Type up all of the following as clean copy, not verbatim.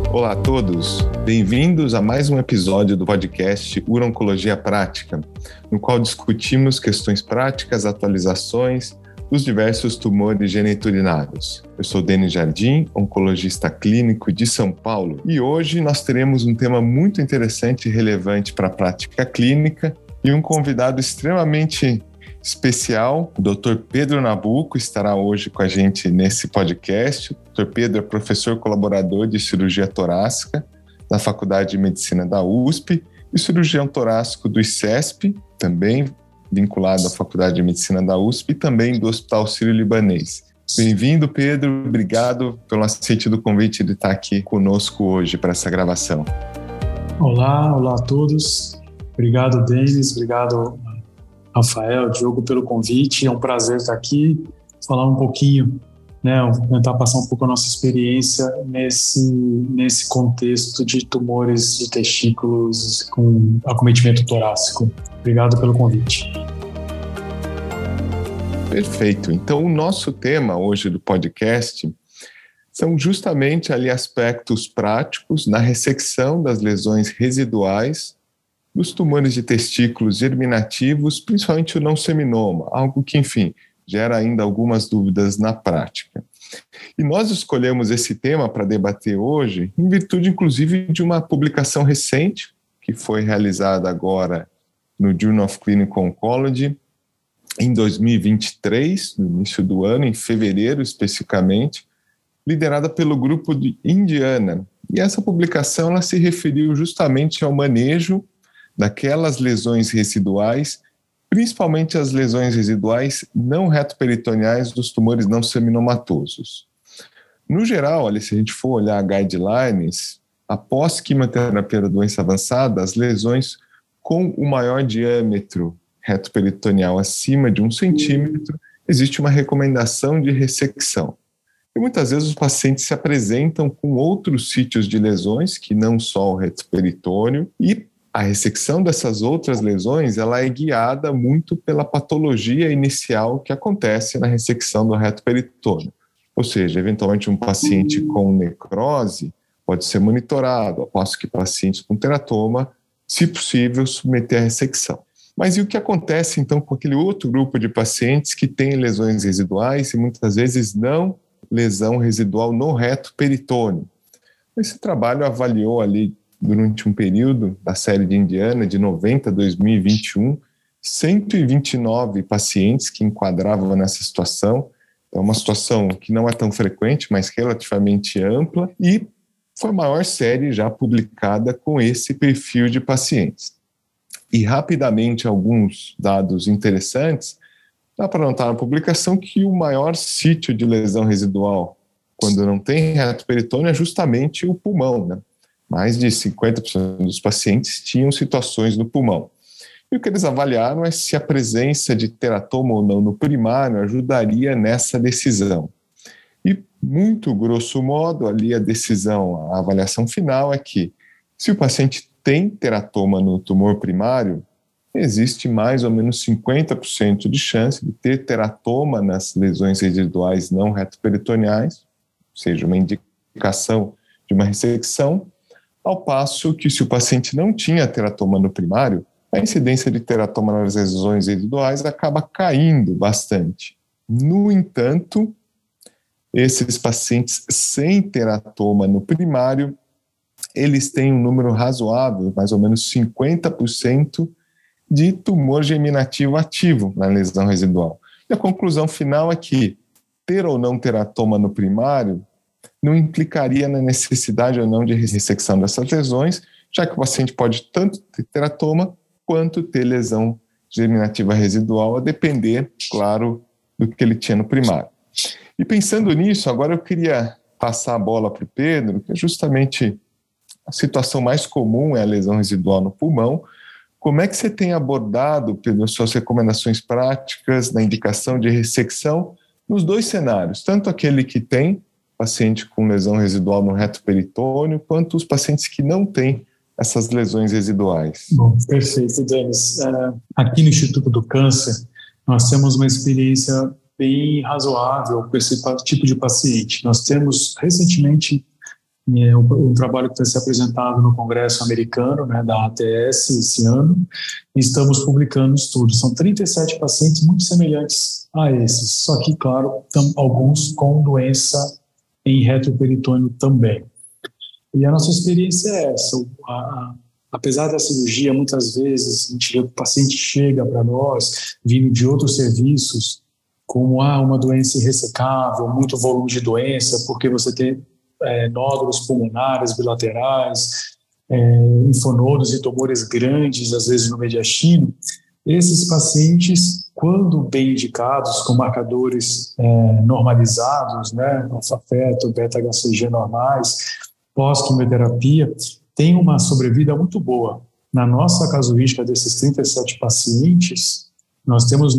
Olá a todos, bem-vindos a mais um episódio do podcast Uro-Oncologia Prática, no qual discutimos questões práticas, atualizações dos diversos tumores geniturinários. Eu sou Denis Jardim, oncologista clínico de São Paulo, e hoje nós teremos um tema muito interessante e relevante para a prática clínica e um convidado extremamente especial, o Dr. Pedro Nabuco, estará hoje com a gente nesse podcast. O Dr. Pedro é professor colaborador de cirurgia torácica na Faculdade de Medicina da USP e cirurgião torácico do ICESP, também vinculado à Faculdade de Medicina da USP e também do Hospital Sírio-Libanês. Bem-vindo, Pedro. Obrigado pelo aceite do convite de estar aqui conosco hoje para essa gravação. Olá a todos. Obrigado, Denis. Obrigado, Rafael, Diogo, pelo convite. É um prazer estar aqui, falar um pouquinho, tentar passar um pouco a nossa experiência nesse contexto de tumores de testículos com acometimento torácico. Obrigado pelo convite. Perfeito. Então, o nosso tema hoje do podcast são justamente ali aspectos práticos na ressecção das lesões residuais dos tumores de testículos germinativos, principalmente o não seminoma, algo que, enfim, gera ainda algumas dúvidas na prática. E nós escolhemos esse tema para debater hoje em virtude, inclusive, de uma publicação recente que foi realizada agora no Journal of Clinical Oncology em 2023, no início do ano, em fevereiro especificamente, liderada pelo grupo de Indiana. E essa publicação ela se referiu justamente ao manejo daquelas lesões residuais, principalmente as lesões residuais não retoperitoneais dos tumores não seminomatosos. No geral, se a gente for olhar guidelines, após quimioterapia da doença avançada, as lesões com o maior diâmetro retoperitoneal acima de 1 centímetro, existe uma recomendação de ressecção. E muitas vezes os pacientes se apresentam com outros sítios de lesões, que não só o retoperitônio, e a ressecção dessas outras lesões ela é guiada muito pela patologia inicial que acontece na ressecção do retoperitônio. Ou seja, eventualmente um paciente com necrose pode ser monitorado, após que pacientes com teratoma, se possível, submeter à ressecção. Mas e o que acontece então com aquele outro grupo de pacientes que tem lesões residuais e muitas vezes não lesão residual no retoperitônio? Esse trabalho avaliou ali durante um período da série de Indiana, de 90 a 2021, 129 pacientes que enquadravam nessa situação. É uma situação que não é tão frequente, mas relativamente ampla, e foi a maior série já publicada com esse perfil de pacientes. E rapidamente, alguns dados interessantes, dá para notar na publicação que o maior sítio de lesão residual, quando não tem retoperitônio, é justamente o pulmão, Mais de 50% dos pacientes tinham situações no pulmão. E o que eles avaliaram é se a presença de teratoma ou não no primário ajudaria nessa decisão. E, muito grosso modo, ali a decisão, a avaliação final é que, se o paciente tem teratoma no tumor primário, existe mais ou menos 50% de chance de ter teratoma nas lesões residuais não retoperitoneais, ou seja, uma indicação de uma ressecção, ao passo que, se o paciente não tinha teratoma no primário, a incidência de teratoma nas lesões residuais acaba caindo bastante. No entanto, esses pacientes sem teratoma no primário, eles têm um número razoável, mais ou menos 50%, de tumor germinativo ativo na lesão residual. E a conclusão final é que ter ou não teratoma no primário não implicaria na necessidade ou não de ressecção dessas lesões, já que o paciente pode tanto ter teratoma quanto ter lesão germinativa residual, a depender, claro, do que ele tinha no primário. E pensando nisso, agora eu queria passar a bola para o Pedro, que é justamente a situação mais comum é a lesão residual no pulmão. Como é que você tem abordado, Pedro, suas recomendações práticas na indicação de ressecção nos dois cenários, tanto aquele que tem paciente com lesão residual no retoperitônio, quanto os pacientes que não têm essas lesões residuais? Bom, perfeito, Denis. Aqui no Instituto do Câncer, nós temos uma experiência bem razoável com esse tipo de paciente. Nós temos, recentemente, um trabalho que vai ser apresentado no Congresso americano, né, da ATS esse ano, e estamos publicando estudos. São 37 pacientes muito semelhantes a esses, só que, claro, alguns com doença em retroperitônio também. E a nossa experiência é essa. Apesar da cirurgia, muitas vezes a gente vê que o paciente chega para nós vindo de outros serviços, como uma doença irressecável, muito volume de doença, porque você tem nódulos pulmonares bilaterais, linfonodos e tumores grandes, às vezes no mediastino. Esses pacientes, quando bem indicados, com marcadores normalizados, né, alfa-feto, beta-HCG normais, pós-quimioterapia, têm uma sobrevida muito boa. Na nossa casuística desses 37 pacientes, nós temos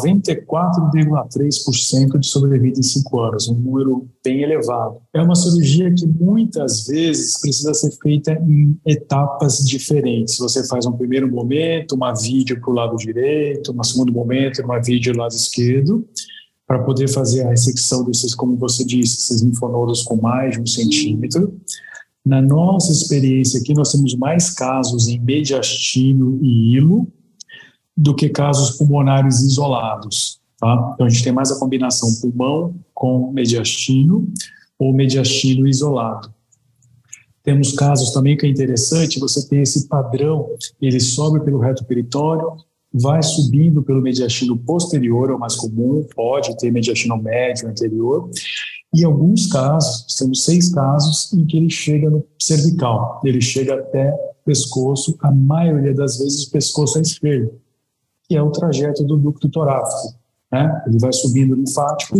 94,3% de sobrevida em 5 anos, um número bem elevado. É uma cirurgia que muitas vezes precisa ser feita em etapas diferentes. Você faz um primeiro momento, uma vídeo para o lado direito, um segundo momento, uma vídeo para o lado esquerdo, para poder fazer a ressecção desses, como você disse, esses linfonodos com mais de 1 centímetro. Na nossa experiência aqui, nós temos mais casos em mediastino e hilo do que casos pulmonares isolados, tá? Então, a gente tem mais a combinação pulmão com mediastino ou mediastino isolado. Temos casos também que é interessante, você tem esse padrão, ele sobe pelo reto peritônio, vai subindo pelo mediastino posterior, é o mais comum, pode ter mediastino médio anterior, e em alguns casos, temos 6 casos em que ele chega no cervical, ele chega até o pescoço, a maioria das vezes o pescoço é esquerdo, que é o trajeto do ducto torácico, né? Ele vai subindo o linfático.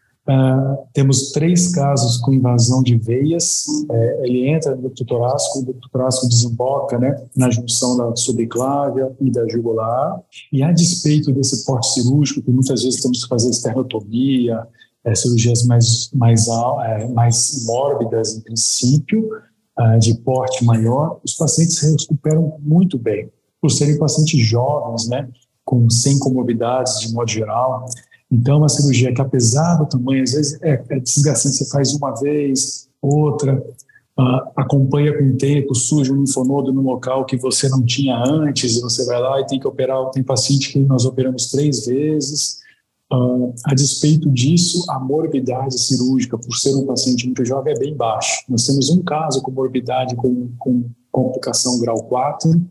Temos 3 casos com invasão de veias. Ele entra no ducto torácico, o ducto torácico desemboca, né, na junção da subclávia e da jugular. E a despeito desse porte cirúrgico, que muitas vezes temos que fazer esternotomia, cirurgias mais mórbidas, em princípio, de porte maior, os pacientes se recuperam muito bem, por serem pacientes jovens, né, sem comorbidades de modo geral. Então, uma cirurgia que, apesar do tamanho, às vezes é desgastante, você faz uma vez, outra, acompanha com o tempo, surge um linfonodo no local que você não tinha antes, e você vai lá e tem que operar. Tem paciente que nós operamos 3 vezes. A despeito disso, a morbidade cirúrgica, por ser um paciente muito jovem, é bem baixa. Nós temos um caso com morbidade com complicação grau 4,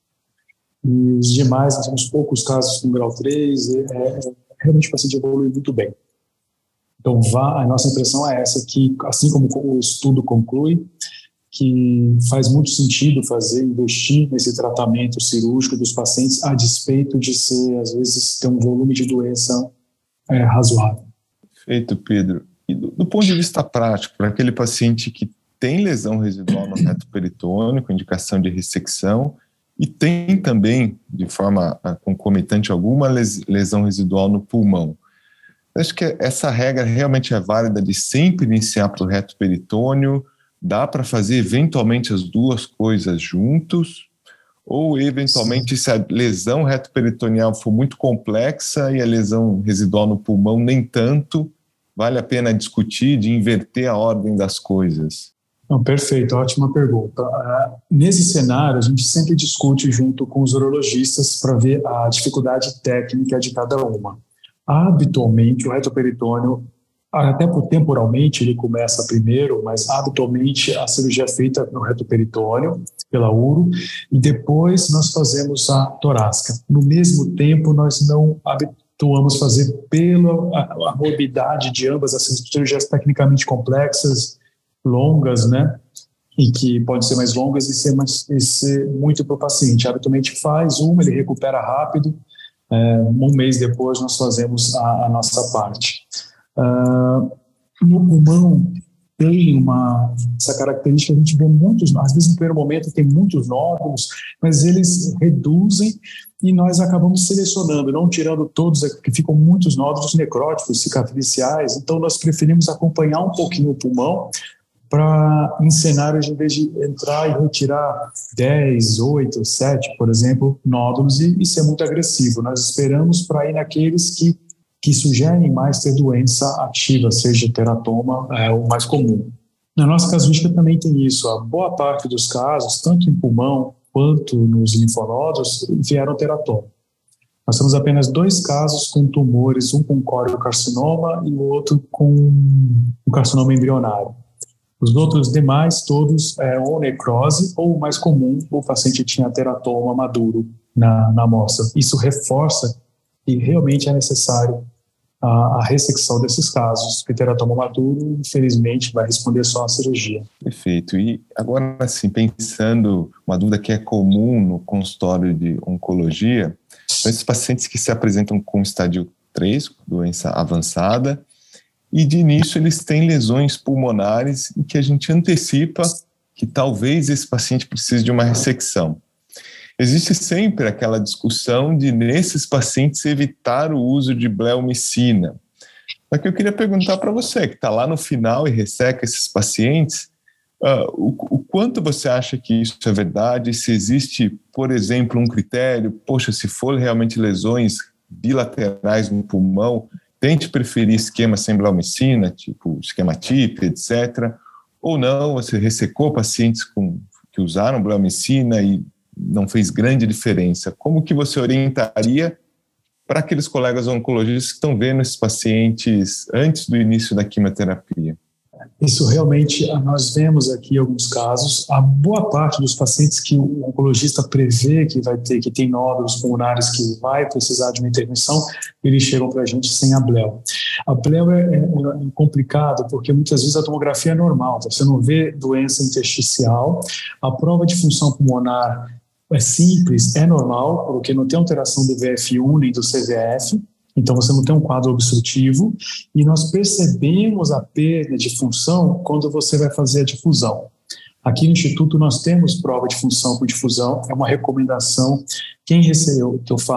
e os demais, nós temos poucos casos com grau 3, realmente o paciente evolui muito bem. Então, a nossa impressão é essa, que assim como o estudo conclui, que faz muito sentido investir nesse tratamento cirúrgico dos pacientes, a despeito de ser, às vezes, ter um volume de doença razoável. Perfeito, Pedro. E do ponto de vista prático, para aquele paciente que tem lesão residual no reto peritônio, com indicação de ressecção, e tem também, de forma concomitante, alguma lesão residual no pulmão. Acho que essa regra realmente é válida de sempre iniciar para o reto peritônio. Dá para fazer eventualmente as 2 coisas juntos? Ou eventualmente, se a lesão reto-peritoneal for muito complexa e a lesão residual no pulmão nem tanto, vale a pena discutir de inverter a ordem das coisas? Não, perfeito, ótima pergunta. Nesse cenário, a gente sempre discute junto com os urologistas para ver a dificuldade técnica de cada uma. Habitualmente, o retroperitônio, até temporalmente, ele começa primeiro, mas habitualmente a cirurgia é feita no retroperitônio, pela uro, e depois nós fazemos a torácica. No mesmo tempo, nós não habituamos fazer pela morbidade de ambas as cirurgias tecnicamente complexas, longas, né? E que podem ser mais longas e ser muito para o paciente. Habitualmente faz uma, ele recupera rápido, um mês depois nós fazemos a nossa parte. No pulmão tem essa característica, a gente vê muitos, às vezes no primeiro momento tem muitos nódulos, mas eles reduzem e nós acabamos selecionando, não tirando todos, porque ficam muitos nódulos necróticos, cicatriciais, então nós preferimos acompanhar um pouquinho o pulmão, para em cenários, em vez de entrar e retirar 10, 8, 7, por exemplo, nódulos e ser muito agressivo. Nós esperamos para ir naqueles que sugerem mais ter doença ativa, seja teratoma, o mais comum. Na nossa casuística também tem isso. A boa parte dos casos, tanto em pulmão quanto nos linfonodos, vieram teratoma. Nós temos apenas 2 casos com tumores, um com coriocarcinoma e o outro com um carcinoma embrionário. Os outros demais, todos, ou necrose, ou o mais comum, o paciente tinha teratoma maduro na amostra. Isso reforça que realmente é necessário a ressecção desses casos, porque teratoma maduro, infelizmente, vai responder só à cirurgia. Perfeito. E agora, assim, pensando, uma dúvida que é comum no consultório de oncologia, são esses pacientes que se apresentam com estádio 3, doença avançada, e de início eles têm lesões pulmonares e que a gente antecipa que talvez esse paciente precise de uma ressecção. Existe sempre aquela discussão de, nesses pacientes, evitar o uso de bleomicina. Só que eu queria perguntar para você, que está lá no final e resseca esses pacientes, o quanto você acha que isso é verdade? Se existe, por exemplo, um critério, poxa, se for realmente lesões bilaterais no pulmão, tente preferir esquema sem bleomicina, tipo esquema TIP, etc. Ou não, você ressecou pacientes que usaram bleomicina e não fez grande diferença. Como que você orientaria para aqueles colegas oncologistas que estão vendo esses pacientes antes do início da quimioterapia? Isso realmente, nós vemos aqui alguns casos, a boa parte dos pacientes que o oncologista prevê que tem nódulos pulmonares, que vai precisar de uma intervenção, eles chegam para a gente sem a bleo. A bleo é complicado porque muitas vezes a tomografia é normal, tá? Você não vê doença intersticial, a prova de função pulmonar é simples, é normal, porque não tem alteração do VF1 nem do CVF, então você não tem um quadro obstrutivo, e nós percebemos a perda de função quando você vai fazer a difusão. Aqui no Instituto nós temos prova de função com difusão, é uma recomendação, quem recebeu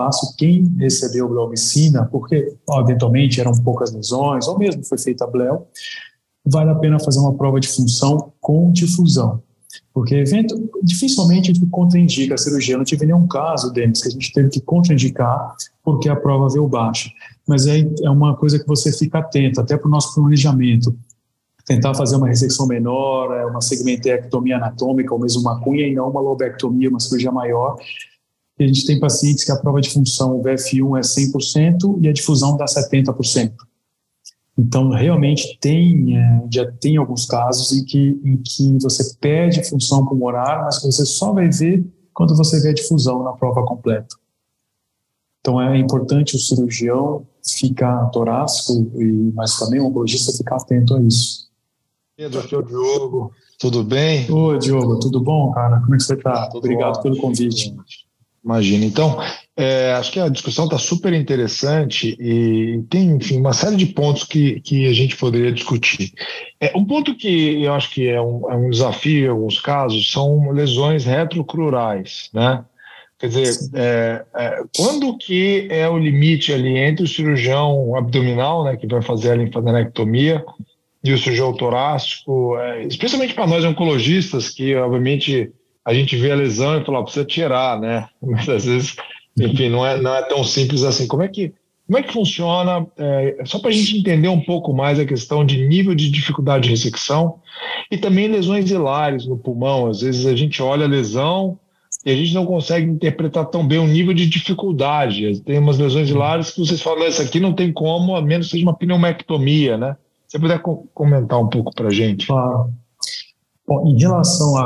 bleomicina, porque eventualmente eram poucas lesões, ou mesmo foi feita a bleo, vale a pena fazer uma prova de função com difusão. Porque dificilmente a gente contraindica a cirurgia. Eu não tive nenhum caso, Denis, que a gente teve que contraindicar porque a prova veio baixa. Mas é uma coisa que você fica atento, até para o nosso planejamento. Tentar fazer uma ressecção menor, uma segmentectomia anatômica, ou mesmo uma cunha, e não uma lobectomia, uma cirurgia maior. E a gente tem pacientes que a prova de função, o VF1 é 100% e a difusão dá 70%. Então, realmente, já tem alguns casos em que você perde função pulmonar, mas você só vai ver quando você vê a difusão na prova completa. Então, é importante o cirurgião ficar torácico, mas também o oncologista ficar atento a isso. Pedro, aqui é o Diogo. Tudo bem? Oi, Diogo, tudo bom, cara? Como é que você está? Obrigado bom. Pelo convite. Imagina. Então, acho que a discussão está super interessante e tem, enfim, uma série de pontos que a gente poderia discutir. Um ponto que eu acho que é um desafio em alguns casos são lesões retrocrurais, né? Quer dizer, quando que é o limite ali entre o cirurgião abdominal, né, que vai fazer a linfadenectomia, e o cirurgião torácico, especialmente para nós oncologistas, que obviamente a gente vê a lesão e fala, precisa tirar, né? Mas às vezes, enfim, não é tão simples assim. Como é que funciona? Só para a gente entender um pouco mais a questão de nível de dificuldade de ressecção e também lesões hilares no pulmão. Às vezes a gente olha a lesão e a gente não consegue interpretar tão bem o nível de dificuldade. Tem umas lesões hilares que vocês falam, isso aqui não tem como, a menos que seja uma pneumectomia, né? Se você puder comentar um pouco para a gente. Claro. Bom, em relação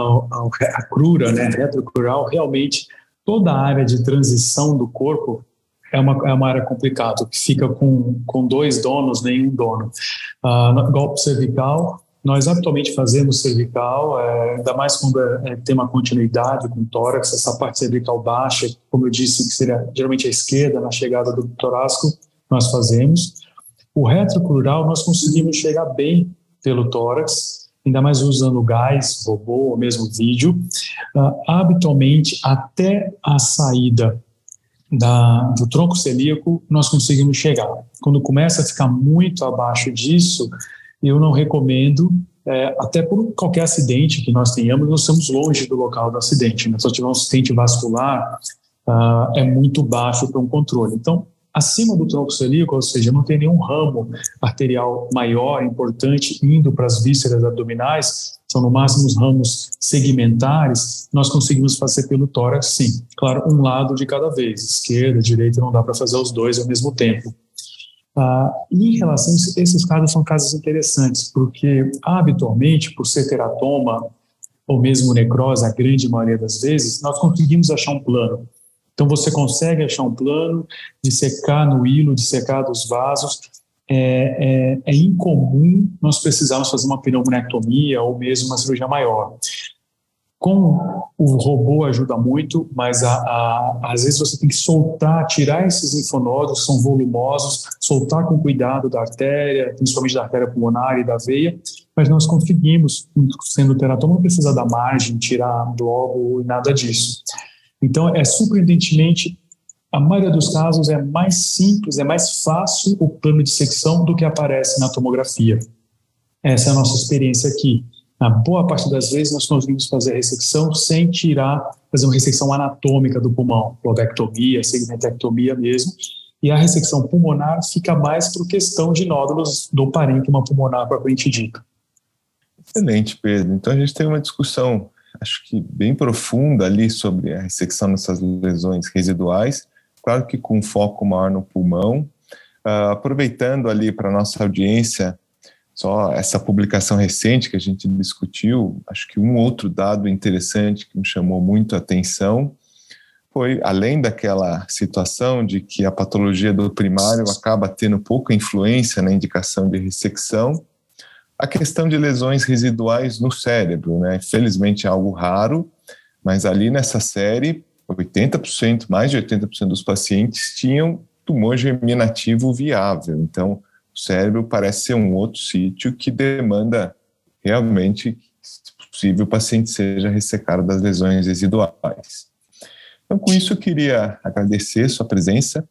à crura, né, retrocrural, realmente toda a área de transição do corpo é uma área complicada, que fica com 2 donos, nenhum dono. Golpe cervical, nós habitualmente fazemos cervical, ainda mais quando tem uma continuidade com tórax, essa parte cervical baixa, como eu disse, que seria geralmente a esquerda, na chegada do torácico, nós fazemos. O retrocrural nós conseguimos chegar bem pelo tórax, ainda mais usando gás, robô ou mesmo vídeo, habitualmente até a saída do tronco celíaco nós conseguimos chegar. Quando começa a ficar muito abaixo disso, eu não recomendo, até por qualquer acidente que nós tenhamos, nós estamos longe do local do acidente. Se nós tivermos um acidente vascular, é muito baixo para um controle. Então, acima do tronco celíaco, ou seja, não tem nenhum ramo arterial maior, importante, indo para as vísceras abdominais, são no máximo os ramos segmentares, nós conseguimos fazer pelo tórax, sim. Claro, um lado de cada vez, esquerda, direita, não dá para fazer os dois ao mesmo tempo. Em relação a esses casos, são casos interessantes, porque habitualmente, por ser teratoma ou mesmo necrose, a grande maioria das vezes, nós conseguimos achar um plano. Então, você consegue achar um plano, dissecar no hilo, dissecar dos vasos. É incomum nós precisarmos fazer uma pneumonectomia ou mesmo uma cirurgia maior. Com o robô ajuda muito, mas às vezes você tem que soltar, tirar esses linfonodos que são volumosos, soltar com cuidado da artéria, principalmente da artéria pulmonar e da veia, mas nós conseguimos, sendo teratoma, não precisa da margem, tirar bloco e nada disso. Então, surpreendentemente, a maioria dos casos é mais simples, é mais fácil o plano de dissecção do que aparece na tomografia. Essa é a nossa experiência aqui. Na boa parte das vezes, nós conseguimos fazer a ressecção sem fazer uma ressecção anatômica do pulmão, lobectomia, segmentectomia mesmo, e a ressecção pulmonar fica mais por questão de nódulos do parênquima pulmonar propriamente dito. Excelente, Pedro. Então, a gente tem uma discussão, acho que bem profunda ali sobre a ressecção dessas lesões residuais, claro que com foco maior no pulmão. Aproveitando ali para a nossa audiência, só essa publicação recente que a gente discutiu, acho que um outro dado interessante que me chamou muito a atenção foi, além daquela situação de que a patologia do primário acaba tendo pouca influência na indicação de ressecção, a questão de lesões residuais no cérebro, né? Felizmente é algo raro, mas ali nessa série, 80%, mais de 80% dos pacientes tinham tumor germinativo viável. Então, o cérebro parece ser um outro sítio que demanda realmente, se possível, o paciente seja ressecado das lesões residuais. Então, com isso, eu queria agradecer sua presença,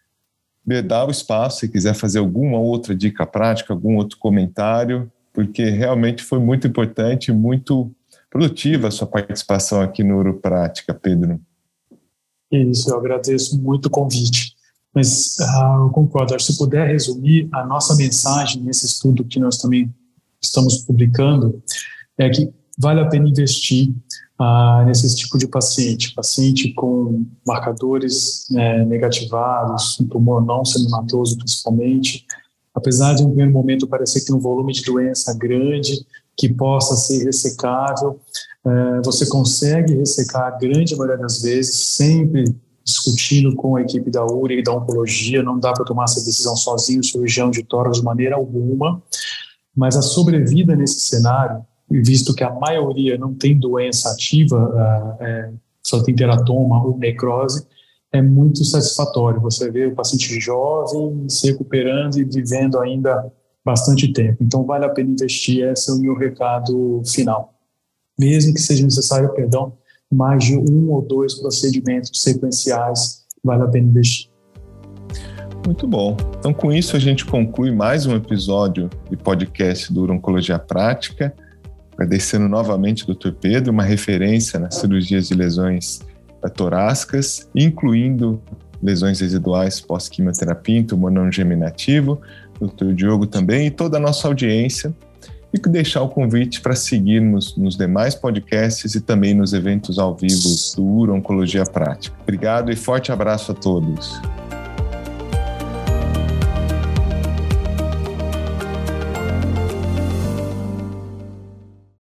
dar o espaço, se quiser fazer alguma outra dica prática, algum outro comentário, porque realmente foi muito importante, muito produtiva a sua participação aqui no Uroprática, Pedro. Isso, eu agradeço muito o convite. Mas eu concordo, acho que se puder resumir, a nossa mensagem nesse estudo que nós também estamos publicando é que vale a pena investir nesse tipo de paciente com marcadores negativados, um tumor não semimatoso principalmente, apesar de em um primeiro momento parecer que tem um volume de doença grande, que possa ser ressecável, você consegue ressecar a grande maioria das vezes, sempre discutindo com a equipe da URI e da oncologia, não dá para tomar essa decisão sozinho, o cirurgião de tórax de maneira alguma, mas a sobrevida nesse cenário, visto que a maioria não tem doença ativa, só tem teratoma ou necrose, é muito satisfatório. Você vê o paciente jovem se recuperando e vivendo ainda bastante tempo. Então, vale a pena investir, esse é o meu recado final. Mesmo que seja necessário, mais de 1 ou 2 procedimentos sequenciais, vale a pena investir. Muito bom. Então, com isso, a gente conclui mais um episódio de podcast do Urologia Prática, agradecendo novamente ao Dr. Pedro, uma referência nas cirurgias de lesões torácicas, incluindo lesões residuais pós-quimioterapia em tumor não germinativo, Dr. Diogo também e toda a nossa audiência, e deixar o convite para seguirmos nos demais podcasts e também nos eventos ao vivo do Urologia Prática. Obrigado e forte abraço a todos.